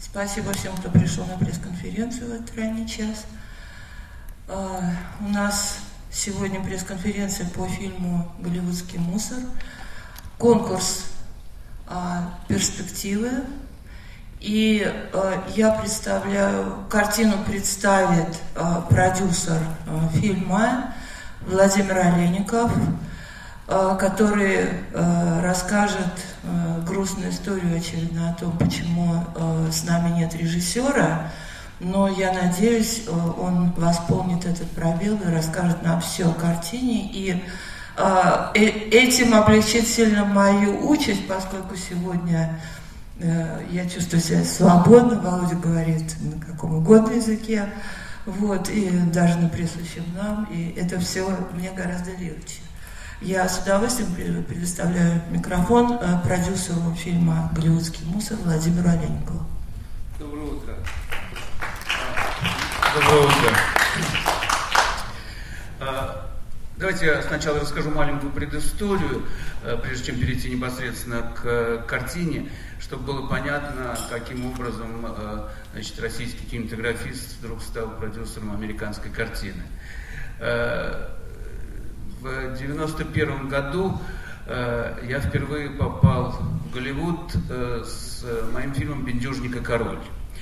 Спасибо всем, кто пришел на пресс-конференцию в этот ранний час. У нас сегодня пресс-конференция по фильму «Голливудский мусор». Конкурс «Перспективы». И я представляю, картину представит продюсер фильма Владимир Олейников, который расскажет грустную историю, очевидно, о том, почему с нами нет режиссера. Но я надеюсь, он восполнит этот пробел и расскажет нам все о картине. И этим облегчит сильно мою участь, поскольку сегодня я чувствую себя свободно. Володя говорит на каком угодно языке. Вот, и даже на присущем нам. И это все мне гораздо легче. Я с удовольствием предоставляю микрофон продюсеру фильма «Голливудский мусор» Владимиру Олейникову. Доброе утро. Доброе утро. Давайте я сначала расскажу маленькую предысторию, прежде чем перейти непосредственно к картине, чтобы было понятно, каким образом российский кинематографист вдруг стал продюсером американской картины. В 1991 году я впервые попал в Голливуд с моим фильмом «Бендюжник и король».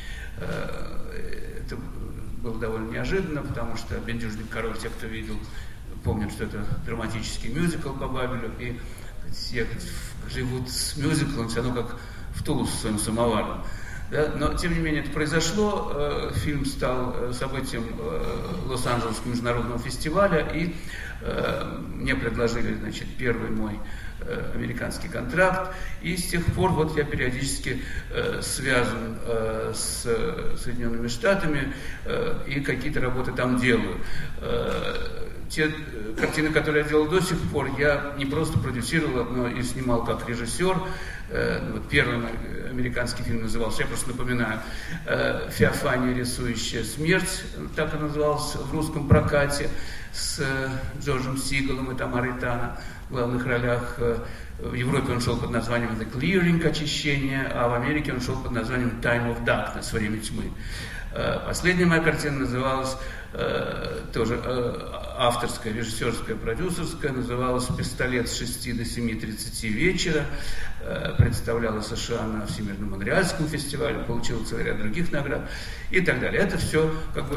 Это было довольно неожиданно, потому что «Бендюжник и король», те, кто видел, помнят, что это драматический мюзикл по Бабелю, и ехать в Голливуд с мюзиклом все равно как в Тулу с своим самоваром. Да? Но, тем не менее, это произошло. Фильм стал событием Лос-Анджелесского международного фестиваля, и мне предложили, первый мой американский контракт. И с тех пор вот я периодически связан с Соединенными Штатами и какие-то работы там делаю. Те картины, которые я делал до сих пор, я не просто продюсировал, но и снимал как режиссер. Вот первый мой американский фильм назывался, я просто напоминаю, «Феофания, рисующая смерть», так и назывался в русском прокате, с Джорджем Сигалом и Тамарой Тана в главных ролях. В Европе он шел под названием «The Clearing», «Очищение», а в Америке он шел под названием «Time of Darkness», «Время тьмы». Последняя моя картина называлась, тоже авторская, режиссерская, продюсерская, называлась «Пистолет с 6 до 7:30 вечера», представляла США на Всемирном Монреальском фестивале, получила целый ряд других наград и так далее. Это все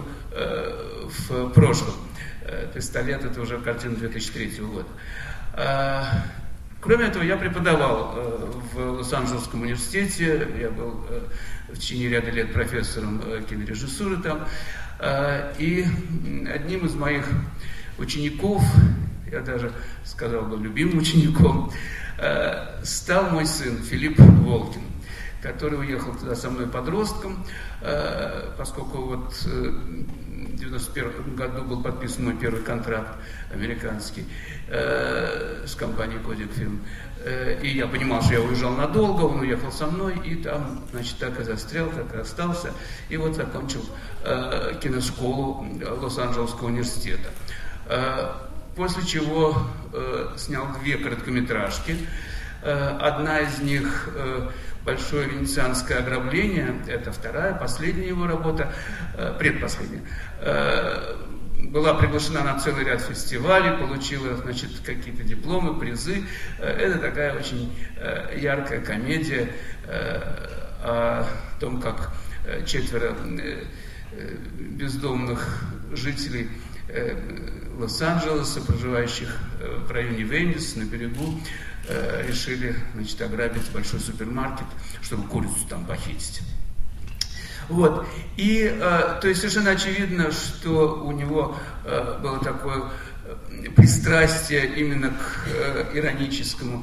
в прошлом. «Пистолет» — это уже картина 2003 года. Кроме этого, я преподавал в Лос-Анджелесском университете, я был в течение ряда лет профессором кинорежиссуры там, и одним из моих учеников, я даже сказал бы любимым учеником, стал мой сын Филипп Волкин, который уехал туда со мной подростком, поскольку вот в 1991 году был подписан мой первый контракт американский с компанией Kodak Film. И я понимал, что я уезжал надолго, он уехал со мной, и там, так и застрял, так и остался. И вот закончил киношколу Лос-Анджелесского университета. После чего снял 2 короткометражки. Одна из них «Большое венецианское ограбление», это вторая, последняя его работа, предпоследняя, была приглашена на целый ряд фестивалей, получила, какие-то дипломы, призы. Это такая очень яркая комедия о том, как 4 бездомных жителей Лос-Анджелеса, проживающих в районе Венес, на берегу, решили, ограбить большой супермаркет, чтобы курицу там похитить. Вот. И, то есть, совершенно очевидно, что у него было такое пристрастие именно к ироническому,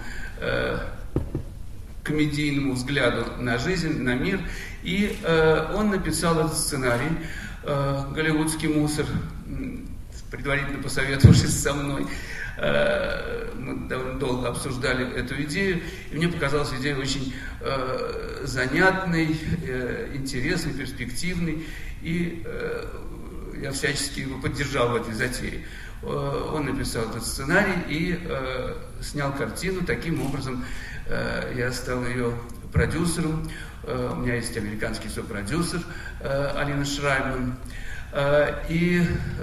комедийному взгляду на жизнь, на мир. И он написал этот сценарий «Голливудский мусор», предварительно посоветовавшись со мной. Мы довольно долго обсуждали эту идею, и мне показалась идея очень занятной, интересной, перспективной, и я всячески его поддержал в этой затее. Он написал этот сценарий и снял картину. Таким образом, я стал ее продюсером. У меня есть американский сопродюсер Алина Шрайбман. И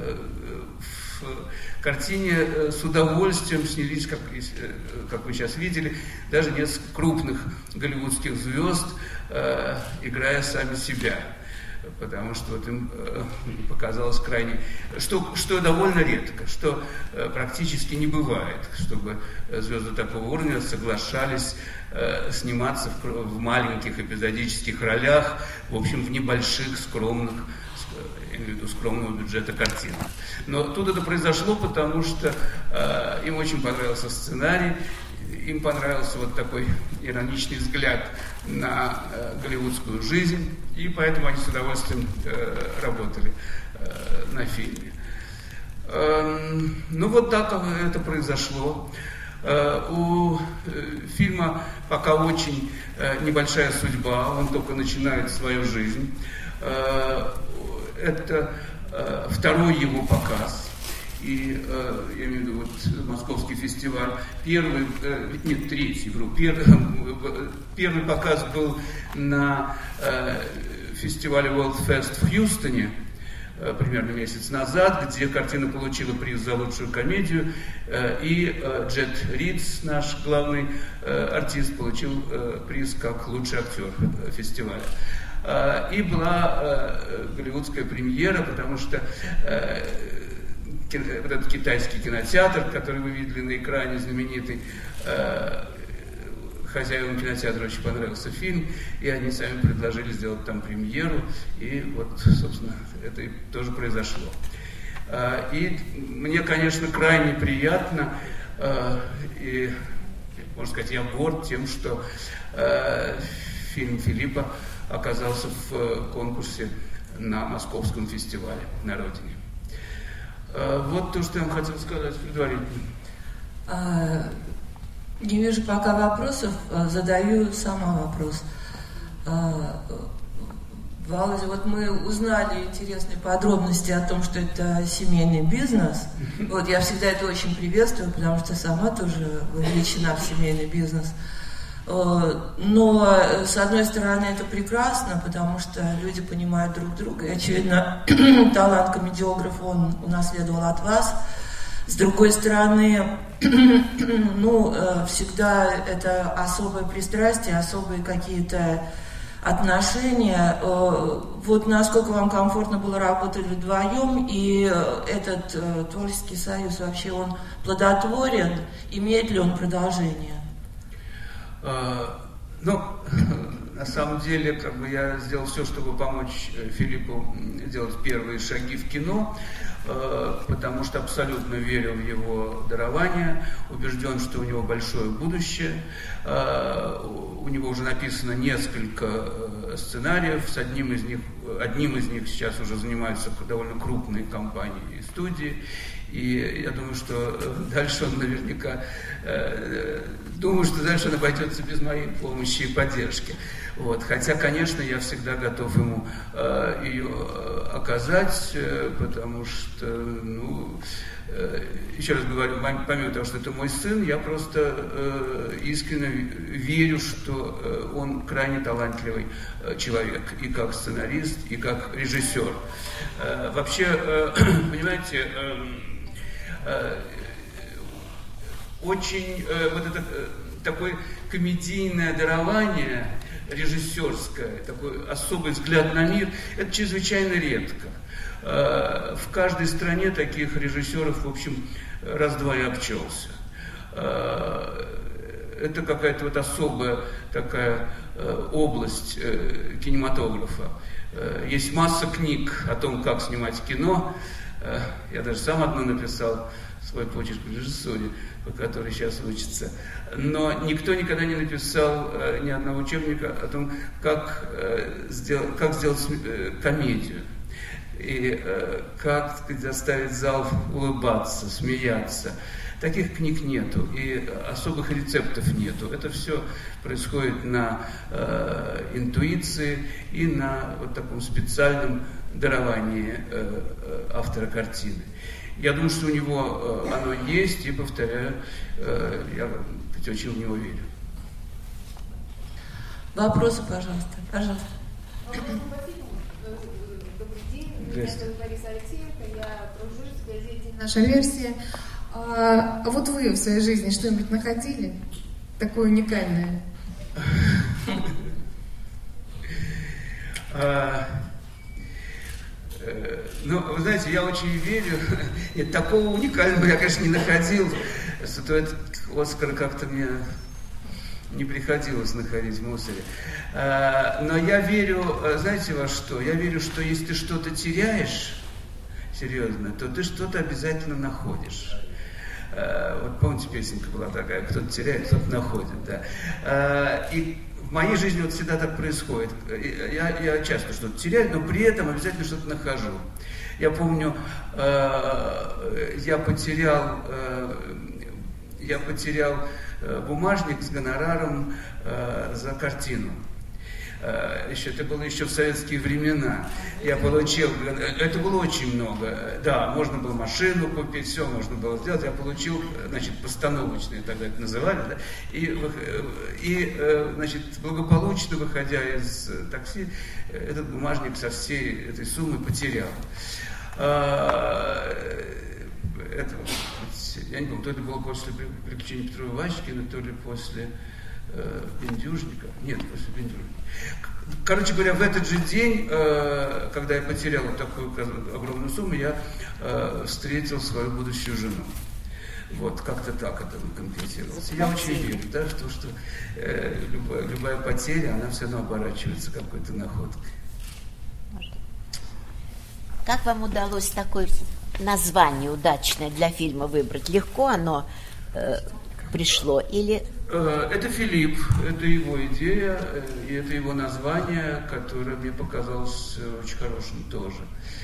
в картине с удовольствием снялись, как вы сейчас видели, даже несколько крупных голливудских звезд, играя сами себя. Потому что вот им показалось крайне, что довольно редко, что практически не бывает, чтобы звезды такого уровня соглашались сниматься в маленьких эпизодических ролях, в общем, в небольших, скромных, я имею в виду скромного бюджета картинах. Но тут это произошло, потому что им очень понравился сценарий, им понравился вот такой ироничный взгляд на голливудскую жизнь, и поэтому они с удовольствием работали на фильме. Ну вот так это произошло. У фильма пока очень небольшая судьба, он только начинает свою жизнь. Это второй его показ. И я имею в виду вот московский фестиваль, первый показ был на фестивале World Fest в Хьюстоне примерно месяц назад, где картина получила приз за лучшую комедию, и Джет Ридс, наш главный артист, получил приз как лучший актер фестиваля. И была голливудская премьера, потому что вот этот китайский кинотеатр, который вы видели на экране, знаменитый, хозяевам кинотеатра очень понравился фильм, и они сами предложили сделать там премьеру, и вот, собственно, это тоже произошло. И мне, конечно, крайне приятно, и, можно сказать, я горд тем, что фильм Филиппа оказался в конкурсе на Московском фестивале на родине. Вот то, что я вам хотел сказать предварительно. Не вижу пока вопросов, задаю сама вопрос. Володя, вот мы узнали интересные подробности о том, что это семейный бизнес. Вот я всегда это очень приветствую, потому что сама тоже вовлечена в семейный бизнес. Но, с одной стороны, это прекрасно, потому что люди понимают друг друга, и, очевидно, талант комедиографа он унаследовал от вас. С другой стороны, всегда это особое пристрастие, особые какие-то отношения. Вот насколько вам комфортно было работать вдвоем, и этот творческий союз вообще он плодотворен, имеет ли он продолжение? На самом деле, я сделал все, чтобы помочь Филиппу делать первые шаги в кино, потому что абсолютно верил в его дарование, убежден, что у него большое будущее. У него уже написано несколько сценариев, с одним из них сейчас уже занимаются довольно крупные компании и студии. И я думаю, что дальше он наверняка, дальше он обойдется без моей помощи и поддержки. Вот. Хотя, конечно, я всегда готов ему ее оказать, потому что, еще раз говорю, помимо того, что это мой сын, я просто искренне верю, что он крайне талантливый человек, и как сценарист, и как режиссер. Вообще, понимаете, очень вот это такое комедийное дарование, режиссерское, такой особый взгляд на мир, это чрезвычайно редко. В каждой стране таких режиссеров, в общем, раз-два и обчелся. Это какая-то вот особая такая область кинематографа. Есть масса книг о том, как снимать кино. Я даже сам одну написал, свой почерк в режиссуре, по которой сейчас учится. Но никто никогда не написал ни одного учебника о том, как сделать комедию. И как, так сказать, заставить зал улыбаться, смеяться. Таких книг нету, и особых рецептов нету. Это все происходит на интуиции и на вот таком специальном даровании автора картины. Я думаю, что у него оно есть, и, повторяю, я очень в него верю. Вопросы, пожалуйста. Пожалуйста. Добрый день. Меня зовут Лариса Алексеенко. Я тружусь в газете «Наша версия». А вот вы в своей жизни что-нибудь находили такое уникальное? Ну, вы знаете, я очень верю. Нет, такого уникального я, конечно, не находил. Статуэтку Оскара как-то мне не приходилось находить в мусоре. Но я верю, знаете во что? Я верю, что если ты что-то теряешь, серьезно, то ты что-то обязательно находишь. Вот помните, песенка была такая: кто-то теряет, кто-то находит, да. И в моей жизни вот всегда так происходит. Я часто что-то теряю, но при этом обязательно что-то нахожу. Я помню, я потерял бумажник с гонораром за картину. Это было еще в советские времена. Я получил, это было очень много. Да, можно было машину купить, все можно было сделать. Я получил, значит, постановочные тогда это называли, да, и значит, благополучно, выходя из такси, этот бумажник со всей этой суммы потерял. Я не помню, то это было после «Приключений Петрова Ващикина», то ли после «Бендюжника». Нет, после «Бендюжника». Короче говоря, в этот же день, когда я потерял вот такую огромную сумму, я встретил свою будущую жену. Вот, как-то так это компенсировалось. Я очень верю, да, в то, что любая потеря, она все равно оборачивается какой-то находкой. Как вам удалось такое название удачное для фильма выбрать? Легко оно пришло или... Это Филипп, это его идея, и это его название, которое мне показалось очень хорошим тоже.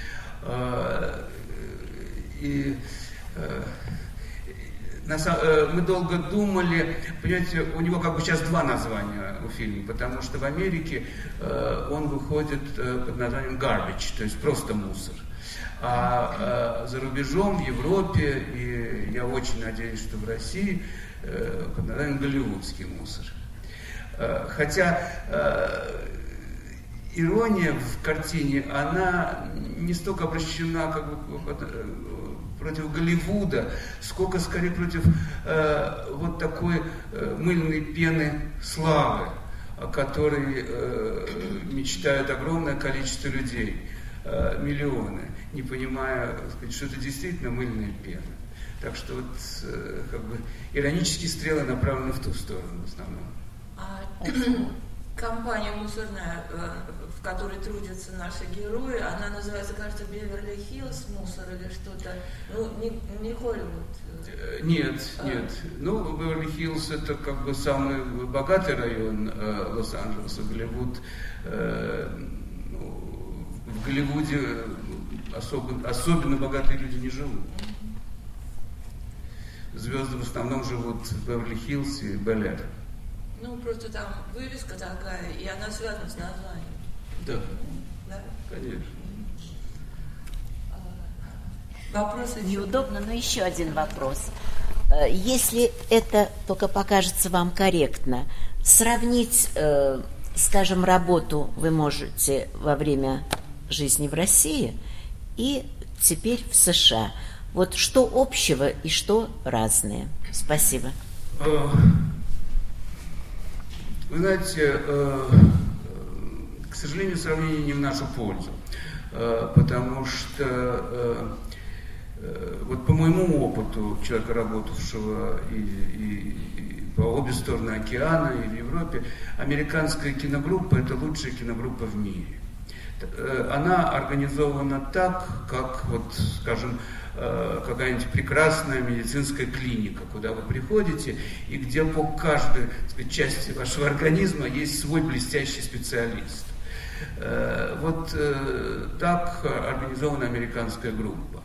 Мы долго думали, понимаете, у него как бы сейчас два названия у фильма, потому что в Америке он выходит под названием garbage, то есть просто мусор. А за рубежом, в Европе, и я очень надеюсь, что в России, под названием голливудский мусор. Хотя ирония в картине, она не столько обращена как бы против Голливуда, сколько скорее против вот такой мыльной пены славы, о которой мечтает огромное количество людей, миллионы, не понимая, что это действительно мыльная пена. Так что вот как бы иронические стрелы направлены в ту сторону в основном. Компания мусорная, в которой трудятся наши герои, она называется, кажется, Беверли-Хиллз мусор или что-то. Ну, не Холливуд. Нет. Ну, Беверли-Хиллз это как бы самый богатый район Лос-Анджелеса, Голливуд. В Голливуде особенно богатые люди не живут. Звезды в основном живут в Беверли-Хиллз и Бель-Эйр. Ну, просто там вывеска такая, и она связана с названием. Да, конечно. Вопросы? Неудобно, но еще один вопрос. Если это только покажется вам корректно, сравнить, скажем, работу вы можете во время жизни в России и теперь в США. Вот что общего и что разное? Спасибо. Вы знаете, к сожалению, сравнение не в нашу пользу, потому что вот по моему опыту человека, работавшего и по обе стороны океана, и в Европе, американская киногруппа – это лучшая киногруппа в мире. Она организована так, как, вот, скажем, какая-нибудь прекрасная медицинская клиника, куда вы приходите, и где по каждой, так сказать, части вашего организма есть свой блестящий специалист. Вот так организована американская группа.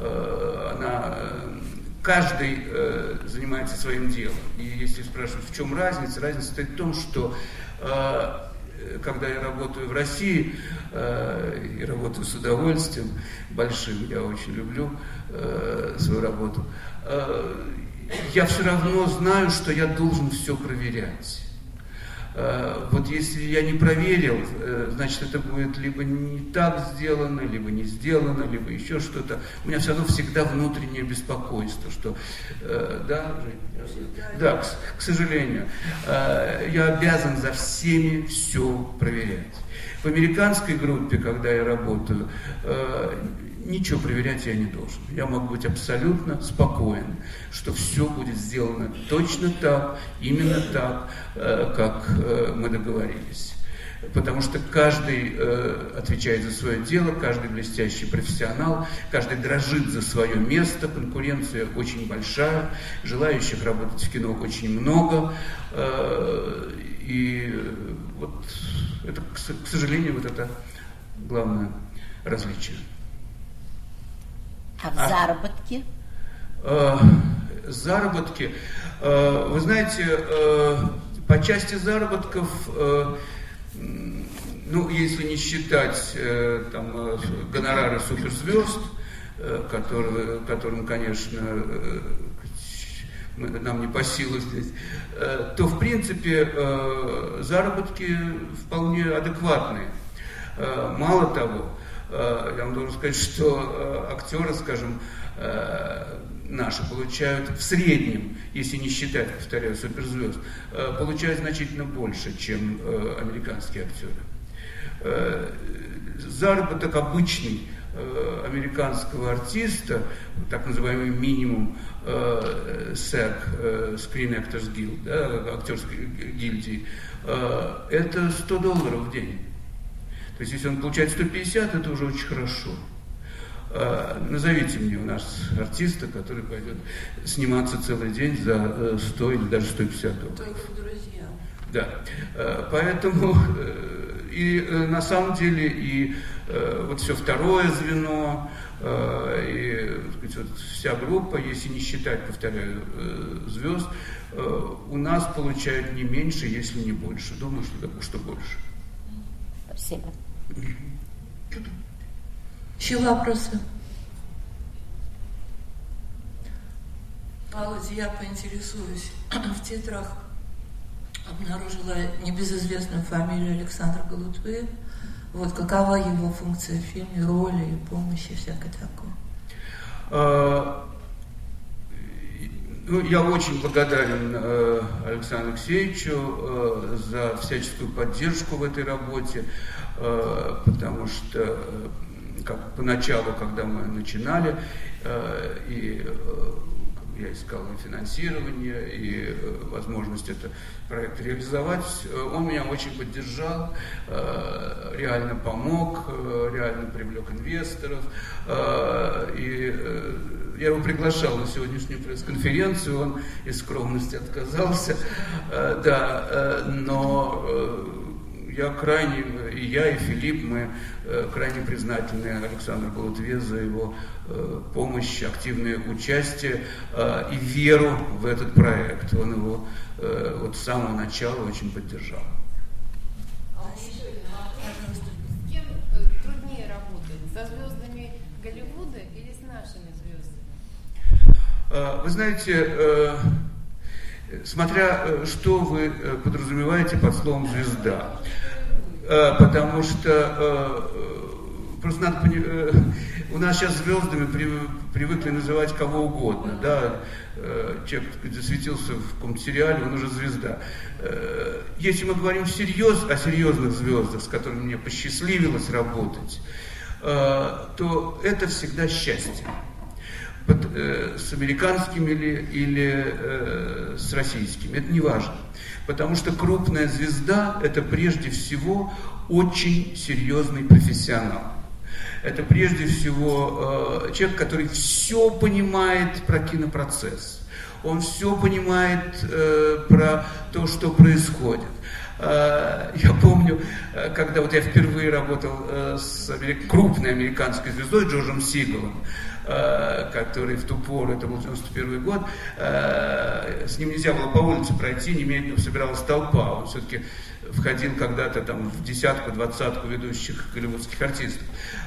Каждый занимается своим делом. И если спрашивать, в чем разница, разница состоит в том, что когда я работаю в России, и работаю с удовольствием большим, я очень люблю свою работу, я все равно знаю, что я должен все проверять. Вот если я не проверил, значит, это будет либо не так сделано, либо не сделано, либо еще что-то. У меня все равно всегда внутреннее беспокойство, что, да, к сожалению, я обязан за всеми все проверять. В американской группе, когда я работаю, ничего проверять я не должен. Я могу быть абсолютно спокоен, что все будет сделано точно так, именно так, как мы договорились. Потому что каждый отвечает за свое дело, каждый блестящий профессионал, каждый дрожит за свое место, конкуренция очень большая, желающих работать в кино очень много. И вот это, к сожалению, вот это главное различие. А в заработке? Заработки. Вы знаете, по части заработков, ну, если не считать там, гонорары суперзвезд, которым, конечно, нам не по силу здесь, то, в принципе, заработки вполне адекватные. Мало того, я вам должен сказать, что актеры, скажем, наши получают в среднем, если не считать, повторяю, суперзвезд, получают значительно больше, чем американские актеры. Заработок обычный американского артиста, так называемый минимум SAG, Screen Actors Guild, да, актерской гильдии, это $100 в день. То есть, если он получает 150, это уже очень хорошо. Назовите мне у нас артиста, который пойдет сниматься целый день за 100 или даже $150. Только друзья. Да. Поэтому и на самом деле и вот все второе звено, и так сказать, вот вся группа, если не считать, повторяю, звезд, у нас получают не меньше, если не больше. Думаю, что больше. Спасибо. Еще вопросы? Володя, я поинтересуюсь. В титрах обнаружила небезызвестную фамилию Александр Галутвы. Вот какова его функция в фильме, роли и помощи, всякое такое? Ну, я очень благодарен Александру Алексеевичу за всяческую поддержку в этой работе, потому что как поначалу, когда мы начинали, и я искал и финансирование, и возможность этот проект реализовать, он меня очень поддержал, реально помог, реально привлек инвесторов, и я его приглашал на сегодняшнюю пресс-конференцию, он из скромности отказался, да, но я крайне, и я, и Филипп, мы крайне признательны Александру Галутве за его помощь, активное участие и веру в этот проект. Он его вот с самого начала очень поддержал. Еще один вопрос. С кем труднее работать? Со звездами Голливуда или с нашими звездами? Вы знаете, смотря что вы подразумеваете под словом «звезда». Потому что просто надо понимать, у нас сейчас звездами привыкли называть кого угодно, да, человек, так сказать, засветился в каком-то сериале, он уже звезда. Если мы говорим всерьез о серьезных звездах, с которыми мне посчастливилось работать, то это всегда счастье. С американскими или с российскими, это не важно. Потому что крупная звезда – это прежде всего очень серьезный профессионал. Это прежде всего человек, который все понимает про кинопроцесс. Он все понимает про то, что происходит. Я помню, когда вот я впервые работал с крупной американской звездой Джорджем Сигалом, который в ту пору, это был 91 год, с ним нельзя было по улице пройти, немедленно собиралась толпа. Он все-таки входил когда-то там в десятку, двадцатку ведущих голливудских артистов.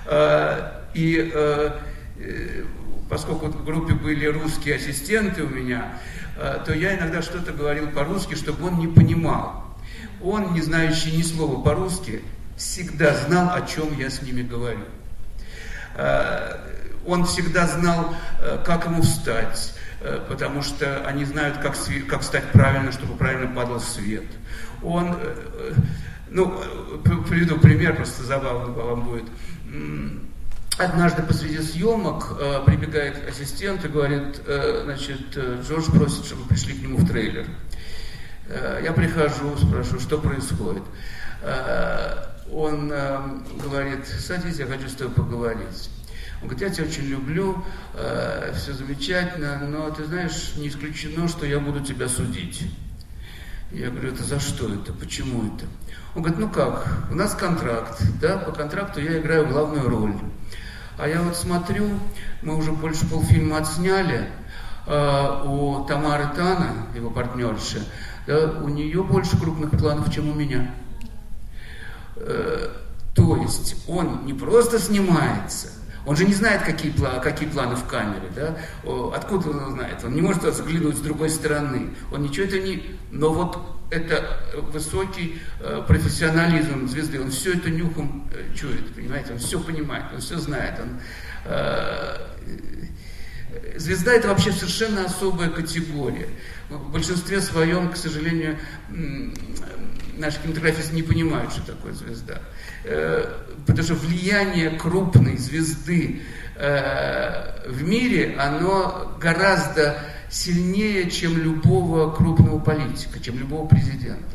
И поскольку в группе были русские ассистенты у меня, то я иногда что-то говорил по-русски, чтобы он не понимал. он, не знающий ни слова по-русски, всегда знал, о чем я с ними говорю. Он всегда знал, как ему встать, потому что они знают, как встать правильно, чтобы правильно падал свет. Он, приведу пример, просто забавно вам будет. Однажды посреди съемок прибегает ассистент и говорит, Джордж просит, чтобы пришли к нему в трейлер. Я прихожу, спрашиваю, что происходит. Он говорит, садись, я хочу с тобой поговорить. Он говорит, я тебя очень люблю, все замечательно, но ты знаешь, не исключено, что я буду тебя судить. Я говорю, это за что это, почему это? Он говорит, у нас контракт, да, по контракту я играю главную роль. А я вот смотрю, мы уже больше полфильма отсняли, у Тамары Тана, его партнерши, да, у нее больше крупных планов, чем у меня. То есть он не просто снимается, он же не знает, какие планы в камере, да? Откуда он знает? Он не может взглянуть с другой стороны. Он ничего это не... Но вот это высокий профессионализм звезды. Он все это нюхом чует, понимаете? Он все понимает, он все знает. Звезда – это вообще совершенно особая категория. В большинстве своем, к сожалению, наши кинематографисты не понимают, что такое звезда. Потому что влияние крупной звезды в мире, оно гораздо сильнее, чем любого крупного политика, чем любого президента.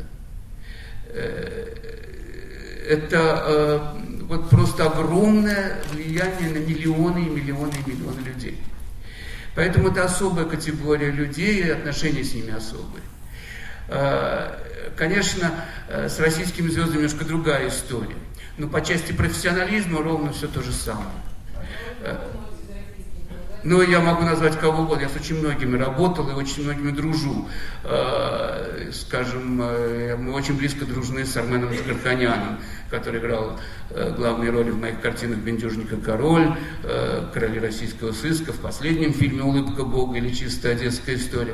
Это вот просто огромное влияние на миллионы и миллионы и миллионы людей. Поэтому это особая категория людей, и отношения с ними особые. Конечно, с российскими звездами немножко другая история. Но по части профессионализма ровно все то же самое. Но я могу назвать кого угодно. Я с очень многими работал и очень многими дружу. Скажем, мы очень близко дружны с Арменом Джигарханяном, который играл главные роли в моих картинах «Бендюжник и король», «Короли российского сыска», в последнем фильме «Улыбка Бога» или «Чистая одесская история».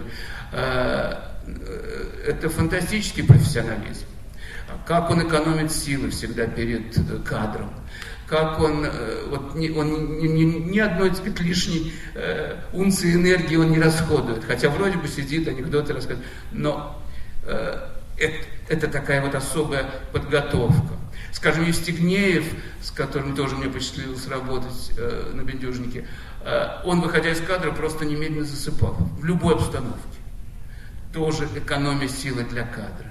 Это фантастический профессионализм. Как он экономит силы всегда перед кадром. Как он ни одной лишней унции энергии он не расходует. Хотя вроде бы сидит, анекдоты рассказывает. Но это такая вот особая подготовка. Скажем, Евстигнеев, с которым тоже мне посчастливилось работать на «Бендюжнике», он, выходя из кадра, просто немедленно засыпал. В любой обстановке. Тоже экономия силы для кадра.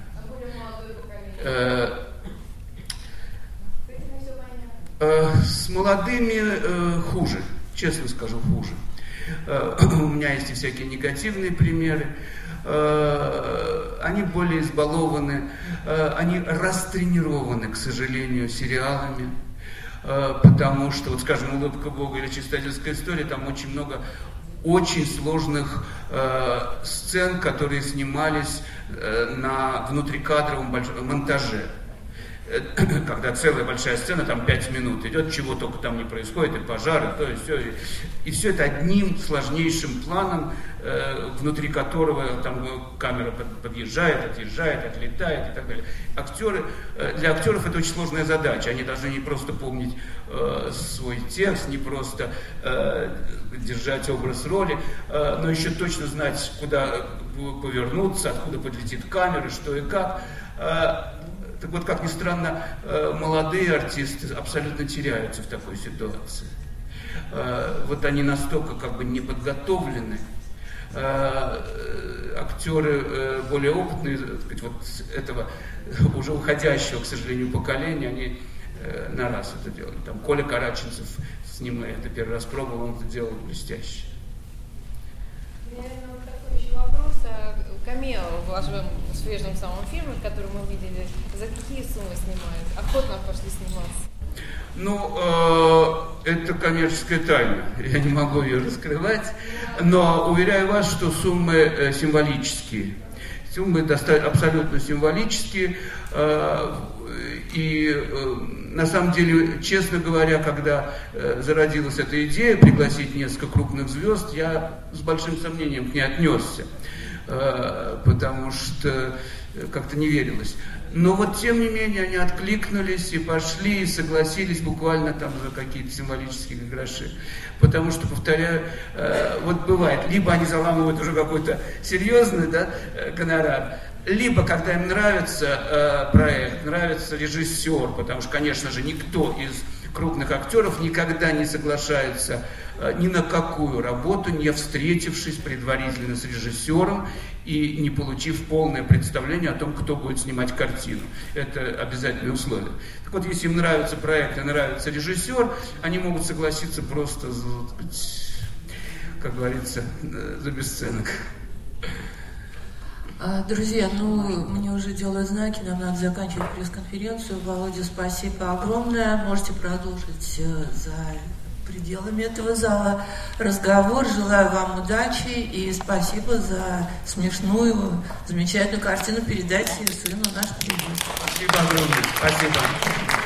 С молодыми хуже, честно скажу, хуже. У меня есть и всякие негативные примеры. Они более избалованы, они растренированы, к сожалению, сериалами. Потому что, вот скажем, «Улыбка Бога» или «Чистая одесская история», там очень много очень сложных сцен, которые снимались на внутрикадровом монтаже. Когда целая большая сцена, там 5 минут идет, чего только там не происходит, и пожары, то есть все. И все это одним сложнейшим планом, внутри которого там камера подъезжает, отъезжает, отлетает и так далее. Для актеров это очень сложная задача. Они должны не просто помнить свой текст, не просто держать образ роли, но еще точно знать, куда повернуться, откуда подлетит камера, что и как. Так вот, как ни странно, молодые артисты абсолютно теряются в такой ситуации. Вот они настолько как бы не подготовлены. Актеры более опытные, так сказать, вот этого уже уходящего, к сожалению, поколения, они на раз это делали. Там Коля Караченцев, с ним я это первый раз пробовал, он это делал блестяще. Наверное, вот такой еще вопрос. Камео в вашем свежем самом фильме, который мы видели, за какие суммы снимают? Охотно пошли сниматься? Ну, это коммерческая тайна, я не могу ее раскрывать, но уверяю вас, что суммы символические. Суммы абсолютно символические, и на самом деле, честно говоря, когда зародилась эта идея пригласить несколько крупных звезд, я с большим сомнением к ней отнесся, потому что как-то не верилось. Но вот тем не менее они откликнулись и пошли, и согласились буквально там за какие-то символические гроши. Потому что, повторяю, вот бывает, либо они заламывают уже какой-то серьезный, да, гонорар, либо когда им нравится проект, нравится режиссер, потому что, конечно же, никто из крупных актеров никогда не соглашается ни на какую работу, не встретившись предварительно с режиссером и не получив полное представление о том, кто будет снимать картину. Это обязательное условие. Так вот, если им нравится проект и нравится режиссер, они могут согласиться просто, как говорится, за бесценок. Друзья, мне уже делают знаки, нам надо заканчивать пресс-конференцию. Володя, спасибо огромное. Можете продолжить за пределами этого зала разговор. Желаю вам удачи и спасибо за смешную, замечательную картину. Передайте сыну наш привет. Спасибо огромное. Спасибо.